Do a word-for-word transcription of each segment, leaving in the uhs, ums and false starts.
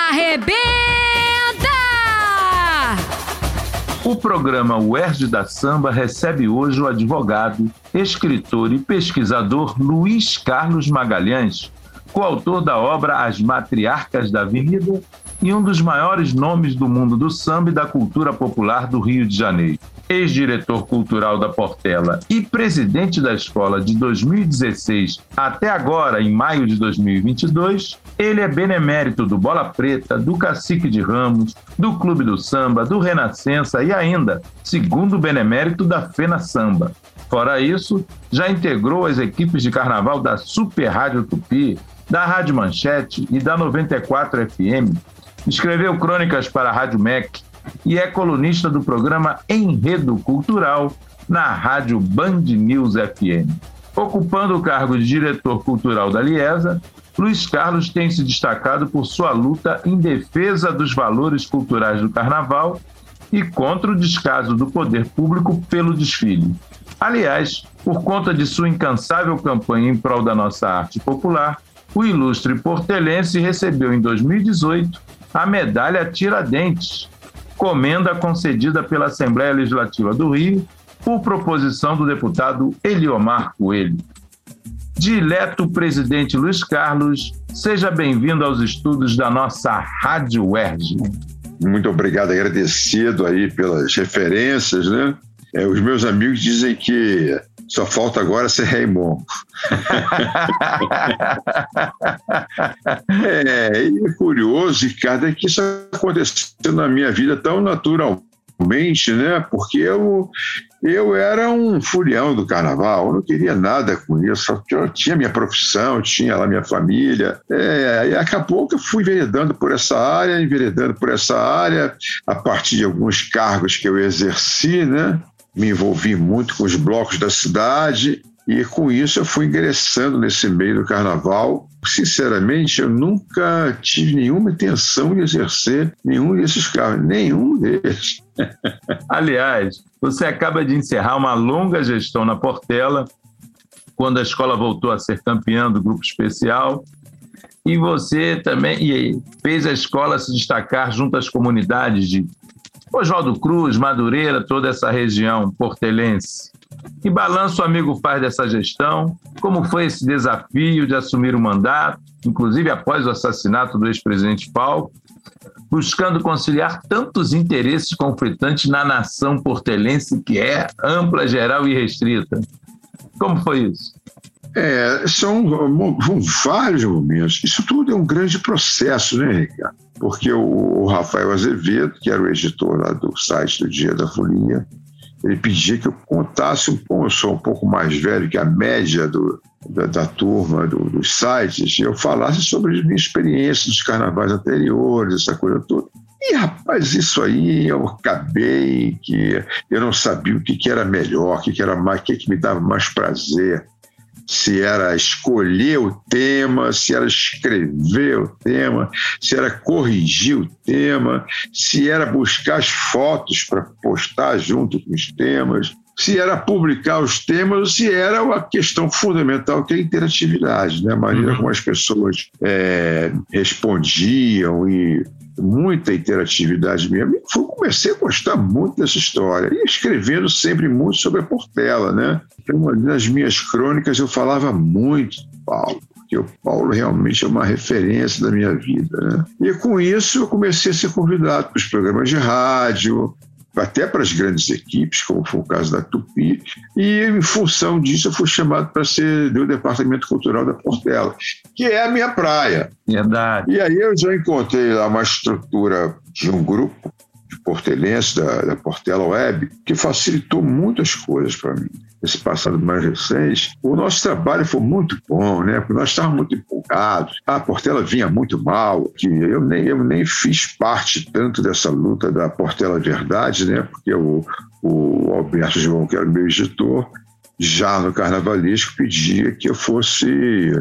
Arrebenta! O programa U E R J da Samba recebe hoje o advogado, escritor e pesquisador Luiz Carlos Magalhães, coautor da obra As Matriarcas da Avenida e um dos maiores nomes do mundo do samba e da cultura popular do Rio de Janeiro. Ex-diretor cultural da Portela e presidente da escola de dois mil e dezesseis até agora, em maio de dois mil e vinte e dois, ele é benemérito do Bola Preta, do Cacique de Ramos, do Clube do Samba, do Renascença e ainda, segundo benemérito da Fena Samba. Fora isso, já integrou as equipes de carnaval da Super Rádio Tupi, da Rádio Manchete e da noventa e quatro F M, escreveu crônicas para a Rádio M E C e é colunista do programa Enredo Cultural na Rádio Band News F M. Ocupando o cargo de diretor cultural da Liesa, Luiz Carlos tem se destacado por sua luta em defesa dos valores culturais do carnaval e contra o descaso do poder público pelo desfile. Aliás, por conta de sua incansável campanha em prol da nossa arte popular, o ilustre portelense recebeu em dois mil e dezoito a medalha Tiradentes, comenda concedida pela Assembleia Legislativa do Rio por proposição do deputado Eliomar Coelho. Dileto presidente Luiz Carlos, seja bem-vindo aos estudos da nossa Rádio U E R J. Muito obrigado, agradecido aí pelas referências, né? É, os meus amigos dizem que só falta agora ser Raimundo. é, e é curioso, Ricardo, é que isso aconteceu na minha vida tão naturalmente, né? Porque eu, eu era um furião do carnaval, eu não queria nada com isso, eu tinha minha profissão, tinha lá minha família, é, e acabou que eu fui enveredando por essa área, enveredando por essa área, a partir de alguns cargos que eu exerci, né? Me envolvi muito com os blocos da cidade e com isso eu fui ingressando nesse meio do carnaval. Sinceramente, eu nunca tive nenhuma intenção de exercer nenhum desses cargos, nenhum deles. Aliás, você acaba de encerrar uma longa gestão na Portela, quando a escola voltou a ser campeã do grupo especial, e você também e fez a escola se destacar junto às comunidades de Oswaldo Cruz, Madureira, toda essa região portelense. Que balanço o amigo faz dessa gestão? Como foi esse desafio de assumir o mandato, inclusive após o assassinato do ex-presidente Paulo, buscando conciliar tantos interesses conflitantes na nação portelense, que é ampla, geral e restrita? Como foi isso? É, são, são vários momentos. Isso tudo é um grande processo, né, Ricardo? Porque o, o Rafael Azevedo, que era o editor lá do site do Dia da Folia, ele pedia que eu contasse um pouco, eu sou um pouco mais velho que a média do, da, da turma do, dos sites, e eu falasse sobre as minhas experiências dos carnavais anteriores, essa coisa toda. E, rapaz, isso aí eu acabei que eu não sabia o que, que era melhor, o que, que era mais, o que, que me dava mais prazer. Se era escolher o tema, se era escrever o tema, se era corrigir o tema, se era buscar as fotos para postar junto com os temas, se era publicar os temas ou se era uma questão fundamental que é a interatividade, né? A maneira como as pessoas é, respondiam e muita interatividade mesmo. E eu comecei a gostar muito dessa história e escrevendo sempre muito sobre a Portela, né? Uma das minhas crônicas eu falava muito do Paulo, porque o Paulo realmente é uma referência da minha vida, né? E com isso eu comecei a ser convidado para os programas de rádio, até para as grandes equipes, como foi o caso da Tupi, e em função disso eu fui chamado para ser do Departamento Cultural da Portela, que é a minha praia. Verdade. E aí eu já encontrei lá uma estrutura de um grupo de portelenses da, da Portela Web, que facilitou muitas coisas para mim. Esse passado mais recente, o nosso trabalho foi muito bom, né? Porque nós estávamos muito empolgados. A Portela vinha muito mal, que eu nem, eu nem fiz parte tanto dessa luta da Portela Verdade, né? Porque o, o Alberto João, que era o meu editor, já no carnavalesco, pedia que eu fosse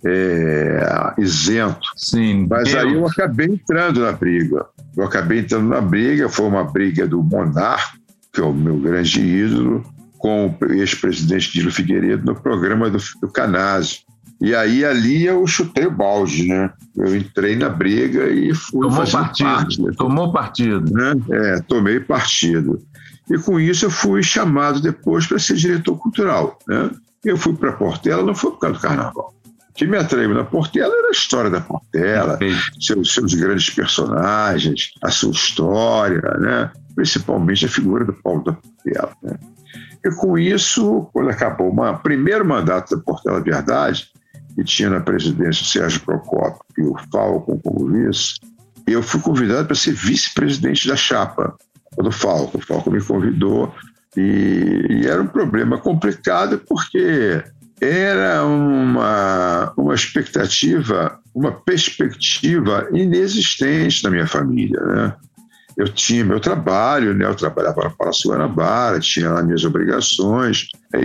é, isento. Sim. Mas aí eu acabei entrando na briga. Eu acabei entrando na briga, foi uma briga do Monarco, que é o meu grande ídolo, com o ex-presidente Dilo Figueiredo no programa do, do Canásio. E aí ali eu chutei o balde, né? Eu entrei na briga e fui Tomou fazer partido. parte. Né? Tomou partido. Né? É, tomei partido. E com isso eu fui chamado depois para ser diretor cultural. Né? Eu fui para a Portela, não foi por causa do carnaval. O que me atraiu na Portela era a história da Portela, seus, seus grandes personagens, a sua história, né? Principalmente a figura do Paulo da Portela. Né? E com isso, quando acabou o primeiro mandato da Portela Verdade, que tinha na presidência o Sérgio Procópio e o Falcon como vice, eu fui convidado para ser vice-presidente da chapa do Falcon. O Falcon me convidou e, e era um problema complicado porque era uma, uma expectativa, uma perspectiva inexistente na minha família, né? Eu tinha meu trabalho, né? Eu trabalhava para o Palácio Guanabara, tinha lá minhas obrigações,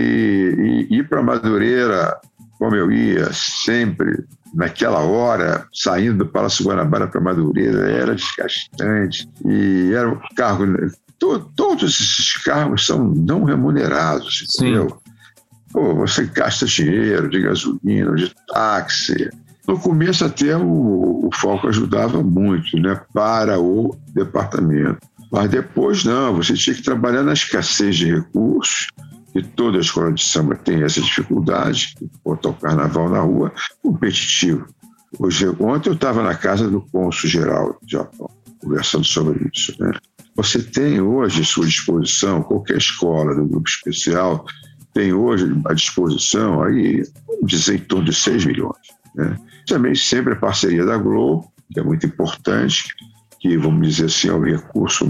e, e ir para Madureira, como eu ia sempre, naquela hora, saindo do Palácio Guanabara para Madureira, era desgastante, e era um cargo... To, todos esses cargos são não remunerados, entendeu? Pô, você gasta dinheiro de gasolina, de táxi. No começo até o, o Falco ajudava muito, né, para o departamento. Mas depois não, você tinha que trabalhar na escassez de recursos, e toda a escola de samba tem essa dificuldade, botar o carnaval na rua, competitivo. Hoje, ontem eu estava na casa do cônsul-geral do Japão, conversando sobre isso. Né? Você tem hoje à sua disposição, qualquer escola do grupo especial tem hoje à disposição, aí, vamos dizer, em torno de seis milhões. Né? Também sempre a parceria da Globo, que é muito importante, que, vamos dizer assim, é o recurso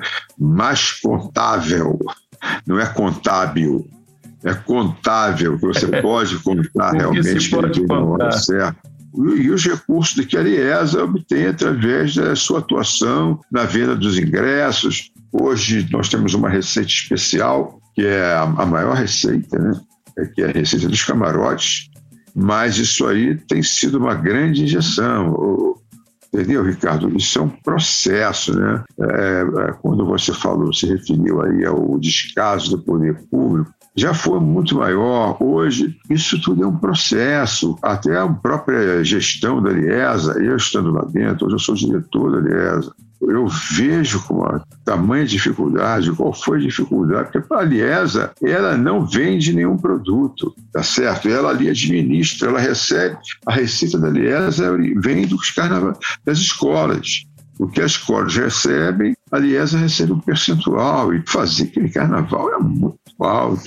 mais contável, não é contábil, é contável, que você pode contar realmente que na hora certa. E os recursos de que a Aliesa obtém através da sua atuação na venda dos ingressos. Hoje nós temos uma receita especial, que é a maior receita, né? Que é a receita dos camarotes, mas isso aí tem sido uma grande injeção. Entendeu, Ricardo? Isso é um processo, né? É, quando você falou, se referiu aí ao descaso do poder público, já foi muito maior. Hoje, isso tudo é um processo. Até a própria gestão da Aliesa, eu estando lá dentro, hoje eu sou diretor da Aliesa, eu vejo com a tamanha dificuldade, qual foi a dificuldade, porque a Aliesa, ela não vende nenhum produto, tá certo? Ela ali administra, ela recebe, a receita da Aliesa vem dos carnaval, das escolas. O que as escolas recebem, a Aliesa recebe um percentual, e fazer aquele carnaval é muito alto.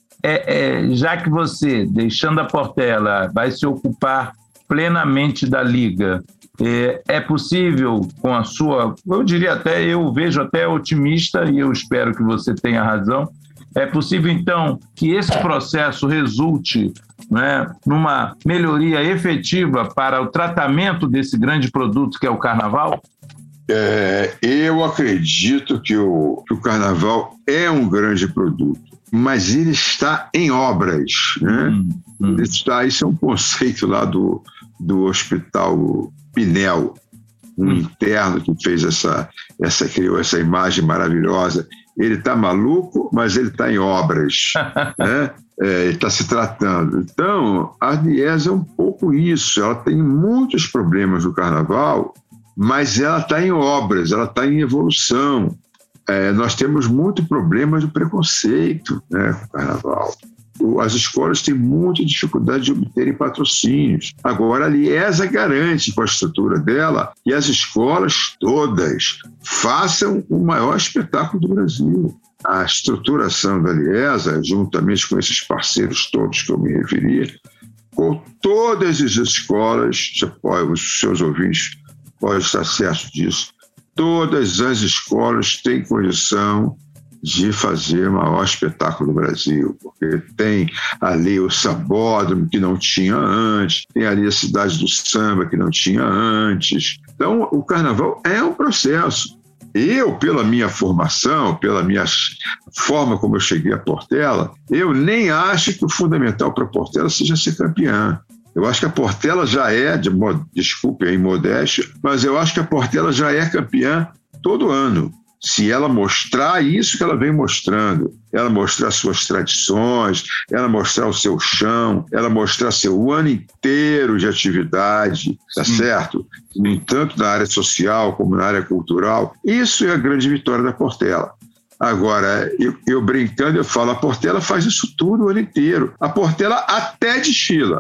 É, é, já que você, deixando a Portela, vai se ocupar plenamente da Liga, é, é possível com a sua, eu diria até, eu vejo até otimista, e eu espero que você tenha razão, é possível então que esse processo resulte, né, numa melhoria efetiva para o tratamento desse grande produto que é o Carnaval? É, eu acredito que o, que o Carnaval é um grande produto, mas ele está em obras, né? Hum, hum. Ele está, isso é um conceito lá do, do Hospital Pinel, um hum. interno que fez essa, essa, criou essa imagem maravilhosa. Ele está maluco, mas ele está em obras, né? É, ele está se tratando. Então, a Aliesa é um pouco isso, ela tem muitos problemas no Carnaval, mas ela está em obras, ela está em evolução. É, nós temos muito problema de preconceito, né, com o Carnaval. As escolas têm muita dificuldade de obterem patrocínios. Agora, a Aliesa garante, com a estrutura dela, que as escolas todas façam o maior espetáculo do Brasil. A estruturação da Aliesa, juntamente com esses parceiros todos que eu me referi, com todas as escolas, os seus ouvintes podem estar certos disso, todas as escolas têm condição de fazer o maior espetáculo do Brasil, porque tem ali o Sambódromo, que não tinha antes, tem ali a Cidade do Samba, que não tinha antes. Então, o Carnaval é um processo. Eu, pela minha formação, pela minha forma como eu cheguei a Portela, eu nem acho que o fundamental para a Portela seja ser campeã. Eu acho que a Portela já é, de, desculpe a imodéstia, mas eu acho que a Portela já é campeã todo ano. Se ela mostrar isso que ela vem mostrando, ela mostrar suas tradições, ela mostrar o seu chão, ela mostrar seu ano inteiro de atividade, tá Sim. certo? Tanto na área social como na área cultural, isso é a grande vitória da Portela. Agora, eu, eu brincando, eu falo, a Portela faz isso tudo o ano inteiro. A Portela até desfila.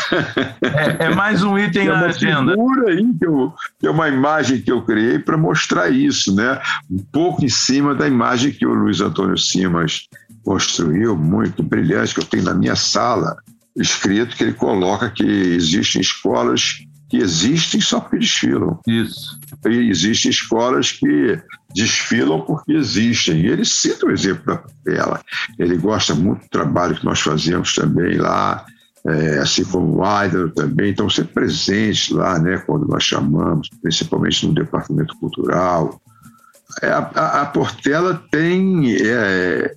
É, é mais um item é na agenda. Figura aí que, eu, que é uma imagem que eu criei para mostrar isso, né? Um pouco em cima da imagem que o Luiz Antônio Simas construiu, muito brilhante, que eu tenho na minha sala, escrito que ele coloca que existem escolas que existem só porque desfilam. Isso. E existem escolas que desfilam porque existem. E ele cita o exemplo da Portela. Ele gosta muito do trabalho que nós fazemos também lá, é, assim como o Aidaro também. Então, ser presente lá, né, quando nós chamamos, principalmente no departamento cultural. É, a, a Portela tem... É,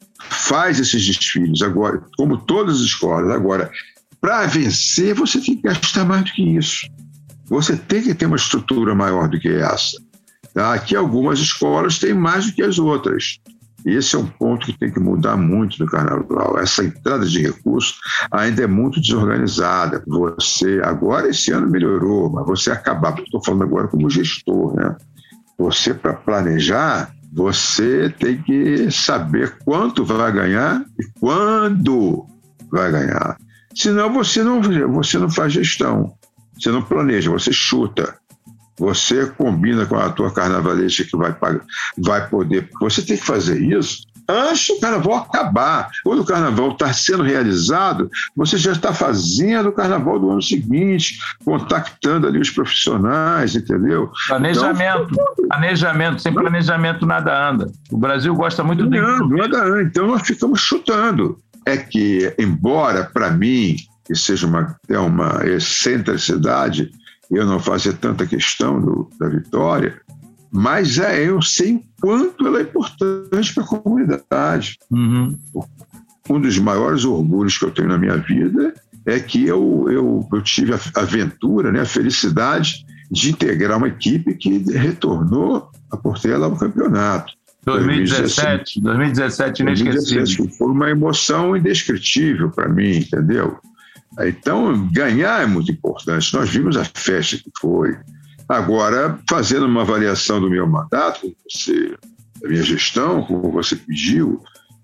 faz esses desfiles, agora, como todas as escolas. Agora, para vencer, você tem que gastar mais do que isso. Você tem que ter uma estrutura maior do que essa. Tá? Aqui algumas escolas têm mais do que as outras. Esse é um ponto que tem que mudar muito no Carnaval. Essa entrada de recursos ainda é muito desorganizada. Você, agora esse ano melhorou, mas você acabar, estou falando agora como gestor, né? Você, para planejar, você tem que saber quanto vai ganhar e quando vai ganhar. Senão você não, você não faz gestão, você não planeja, você chuta. Você combina com a tua carnavalesca que vai, pagar, vai poder... Você tem que fazer isso antes do carnaval acabar. Quando o carnaval está sendo realizado, você já está fazendo o carnaval do ano seguinte, contactando ali os profissionais, entendeu? Planejamento. Então, planejamento. Sem planejamento nada anda. O Brasil gosta muito de... Não, nada anda. Então nós ficamos chutando. É que, embora para mim, que seja uma, é uma excentricidade, eu não faço tanta questão do, da vitória, mas é, eu sei o quanto ela é importante para a comunidade. Uhum. Um dos maiores orgulhos que eu tenho na minha vida é que eu, eu, eu tive a aventura, né, a felicidade de integrar uma equipe que retornou a Portela ao campeonato. dois mil e dezessete, dois mil e dezessete inesquecível. Foi uma emoção indescritível para mim, entendeu? Então, ganhar é muito importante. Nós vimos a festa que foi. Agora, fazendo uma avaliação do meu mandato, você, da minha gestão, como você pediu,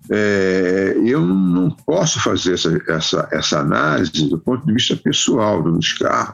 é, eu não posso fazer essa, essa, essa análise do ponto de vista pessoal do Luiz Carlos,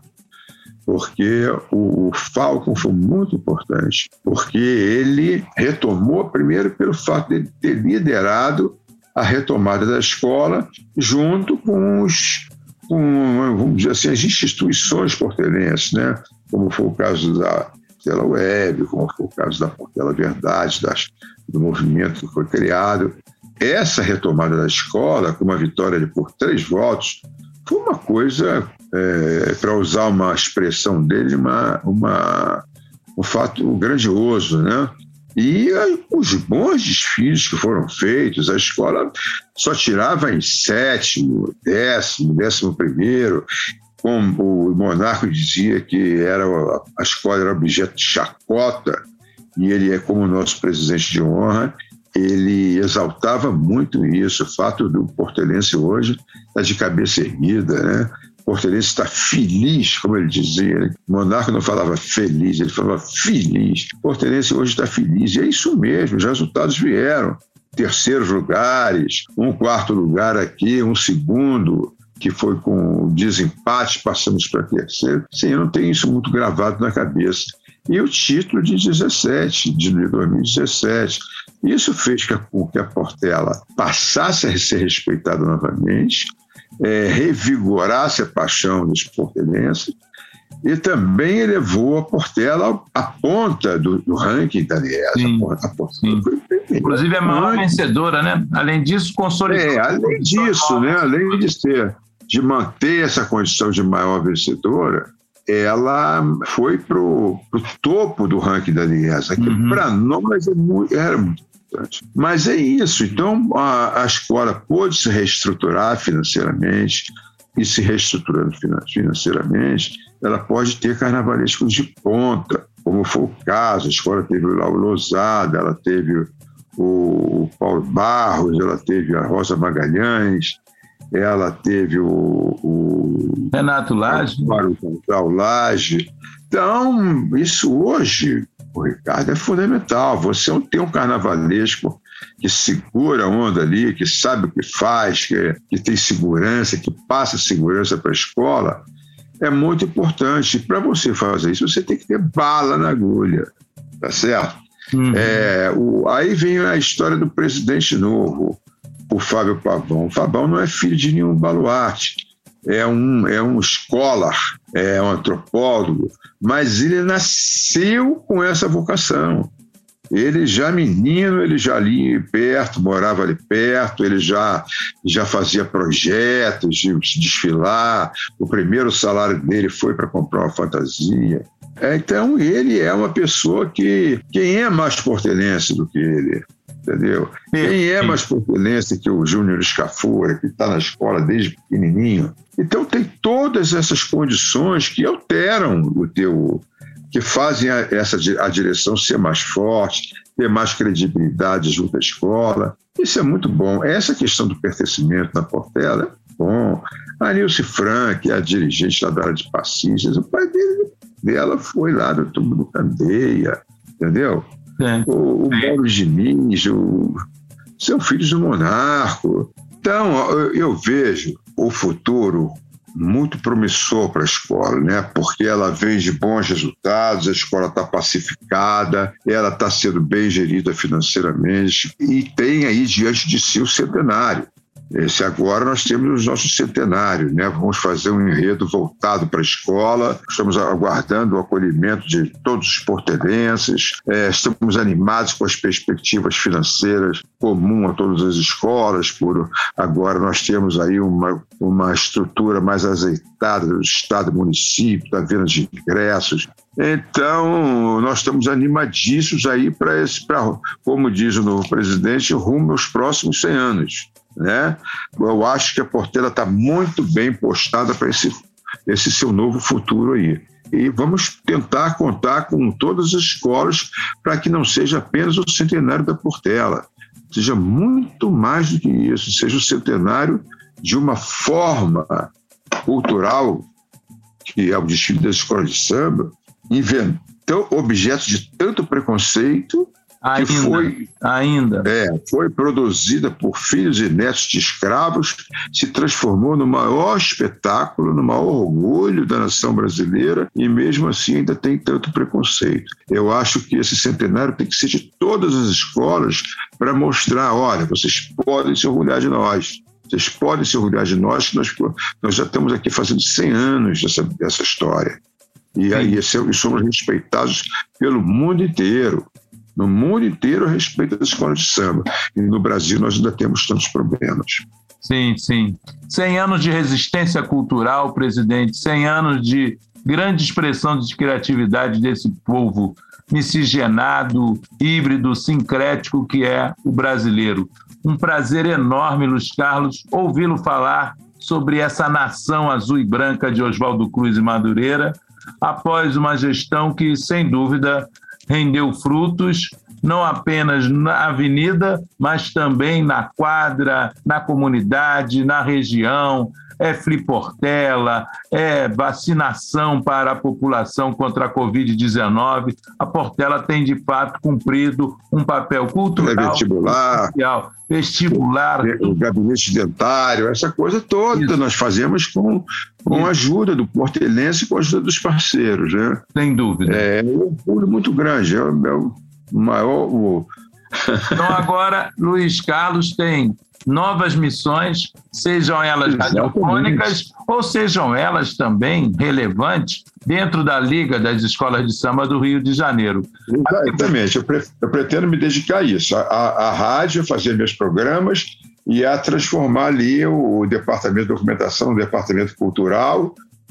porque o, o Falcon foi muito importante, porque ele retomou, primeiro, pelo fato de ter liderado a retomada da escola junto com os, com, vamos dizer assim, as instituições portelenses, né? Como foi o caso da Portela Web, como foi o caso da Portela Verdade, das, do movimento que foi criado. Essa retomada da escola, com uma vitória de por três votos, foi uma coisa, é, para usar uma expressão dele, uma, uma, um fato grandioso, né? E aí, os bons desfiles que foram feitos, a escola só tirava em sétimo, décimo, décimo primeiro, como o Monarco dizia que era, a escola era objeto de chacota, e ele é como nosso presidente de honra, ele exaltava muito isso, o fato do portelense hoje estar de cabeça erguida, né? O portelense está feliz, como ele dizia, né? O Monarca não falava feliz, ele falava feliz. O portelense hoje está feliz, e é isso mesmo, os resultados vieram. Terceiros lugares, um quarto lugar aqui, um segundo, que foi com desempate, passamos para terceiro. Sim, eu não tenho isso muito gravado na cabeça. E o título de dezessete, de dois mil e dezessete. Isso fez com que a Portela passasse a ser respeitada novamente, é, revigorasse a paixão dos portelenses e também elevou a Portela à ponta do, do ranking da Liesa. A Portela foi inclusive é a maior vencedora, né? Além disso, consolidou. É, além disso, né? Além de ser, de manter essa condição de maior vencedora, ela foi para o topo do ranking da Liesa, que uhum. para nós é muito, era muito importante. Mas é isso. Então, a, a escola pôde se reestruturar financeiramente, e se reestruturando financeiramente, ela pode ter carnavalescos de ponta, como foi o caso. A escola teve lá o Lousada, ela teve o Paulo Barros, ela teve a Rosa Magalhães, ela teve o, o Renato Lage. O Lage. Então, isso hoje, o Ricardo, é fundamental. Você tem um carnavalesco que segura a onda ali, que sabe o que faz, que, que tem segurança, que passa segurança para a escola, é muito importante. Para você fazer isso, você tem que ter bala na agulha, tá certo? Uhum. É, o, aí vem a história do presidente novo, o Fábio Pavão. O Fabão não é filho de nenhum baluarte, é um, é um scholar, é um antropólogo, mas ele nasceu com essa vocação. Ele já menino, ele já ali perto, morava ali perto, ele já, já fazia projetos de desfilar, o primeiro salário dele foi para comprar uma fantasia. Então, ele é uma pessoa que... Quem é mais portelense do que ele? Entendeu? Quem é mais portelense que o Júnior Scafura, que está na escola desde pequenininho? Então, tem todas essas condições que alteram o teu... que fazem a, essa, a direção ser mais forte, ter mais credibilidade junto à escola. Isso é muito bom. Essa questão do pertencimento na Portela é bom. A Nilce Frank, a dirigente da área de passistas, o pai dele, dela foi lá no Tubo do Candeia, entendeu? É. O, o Mauro Diniz, o, são filhos do monarco. Então, eu, eu vejo o futuro muito promissor para a escola, né? Porque ela vem de bons resultados, a escola está pacificada, ela está sendo bem gerida financeiramente e tem aí diante de si o centenário. Esse agora nós temos o nosso centenário, né? Vamos fazer um enredo voltado para a escola, estamos aguardando o acolhimento de todos os portelenses, é, estamos animados com as perspectivas financeiras comuns a todas as escolas, por agora nós temos aí uma, uma estrutura mais azeitada do Estado e município, da venda de ingressos. Então, nós estamos animadíssimos aí para esse, pra, como diz o novo presidente, rumo aos próximos cem anos. Né? Eu acho que a Portela está muito bem postada para esse, esse seu novo futuro aí. E vamos tentar contar com todas as escolas para que não seja apenas o centenário da Portela, seja muito mais do que isso, seja o centenário de uma forma cultural, que é o desfile das escolas de samba, inventou objetos de tanto preconceito ainda, que foi, ainda. É, foi produzida por filhos e netos de escravos, se transformou no maior espetáculo, no maior orgulho da nação brasileira e mesmo assim ainda tem tanto preconceito. Eu acho que esse centenário tem que ser de todas as escolas para mostrar, olha, vocês podem se orgulhar de nós. Vocês podem se orgulhar de nós, que nós, nós já estamos aqui fazendo cem anos dessa, dessa história. E aí e somos respeitados pelo mundo inteiro. No mundo inteiro a respeito das escolas de samba. E no Brasil nós ainda temos tantos problemas. Sim, sim. cem anos de resistência cultural, presidente. cem anos de grande expressão de criatividade desse povo miscigenado, híbrido, sincrético que é o brasileiro. Um prazer enorme, Luiz Carlos, ouvi-lo falar sobre essa nação azul e branca de Oswaldo Cruz e Madureira, após uma gestão que, sem dúvida, rendeu frutos, não apenas na avenida, mas também na quadra, na comunidade, na região. É Flip Portela, é vacinação para a população contra a covid dezenove. A Portela tem, de fato, cumprido um papel cultural, é vestibular, social, vestibular, o gabinete dentário, essa coisa toda. Isso. Nós fazemos com, com a ajuda do portelense e com a ajuda dos parceiros. Né? Sem dúvida. É um orgulho muito grande, é o, é o maior... O... Então agora, Luiz Carlos tem novas missões, sejam elas radiofônicas ou sejam elas também relevantes dentro da Liga das Escolas de Samba do Rio de Janeiro. Exatamente, eu, pre- eu pretendo me dedicar a isso, a, a, a rádio, fazer meus programas e a transformar ali o, o Departamento de Documentação, o Departamento Cultural,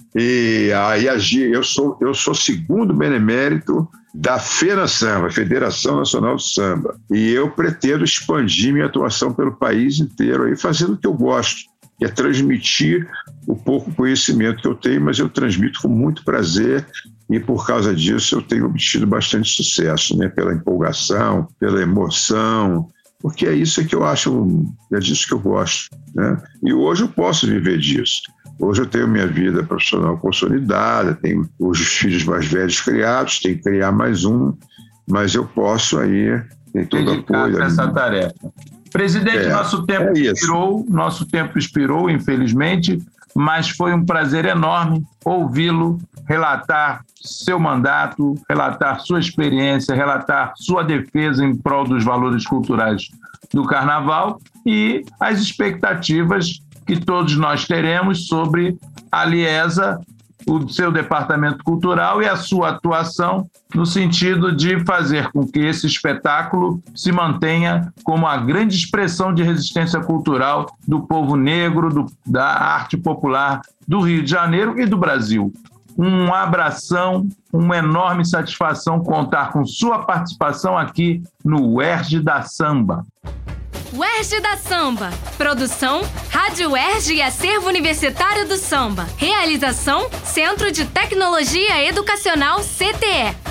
e aí agir. Eu sou, eu sou segundo benemérito da FENA Samba, Federação Nacional do Samba, e eu pretendo expandir minha atuação pelo país inteiro, aí, fazendo o que eu gosto, que é transmitir o pouco conhecimento que eu tenho, mas eu transmito com muito prazer e por causa disso eu tenho obtido bastante sucesso, né? Pela empolgação, pela emoção, porque é isso que eu acho, é disso que eu gosto, né? E hoje eu posso viver disso. Hoje eu tenho minha vida profissional consolidada, tenho os filhos mais velhos criados, tenho que criar mais um, mas eu posso aí, tem todo apoio. Essa tarefa. Presidente, é, nosso tempo é expirou, nosso tempo expirou, infelizmente, mas foi um prazer enorme ouvi-lo relatar seu mandato, relatar sua experiência, relatar sua defesa em prol dos valores culturais do Carnaval e as expectativas que todos nós teremos sobre a Liesa, o seu departamento cultural e a sua atuação no sentido de fazer com que esse espetáculo se mantenha como a grande expressão de resistência cultural do povo negro, do, da arte popular do Rio de Janeiro e do Brasil. Um abração, uma enorme satisfação contar com sua participação aqui no U E R J da Samba. U E R J da Samba. Produção, Rádio U E R J e Acervo Universitário do Samba. Realização, Centro de Tecnologia Educacional C T E.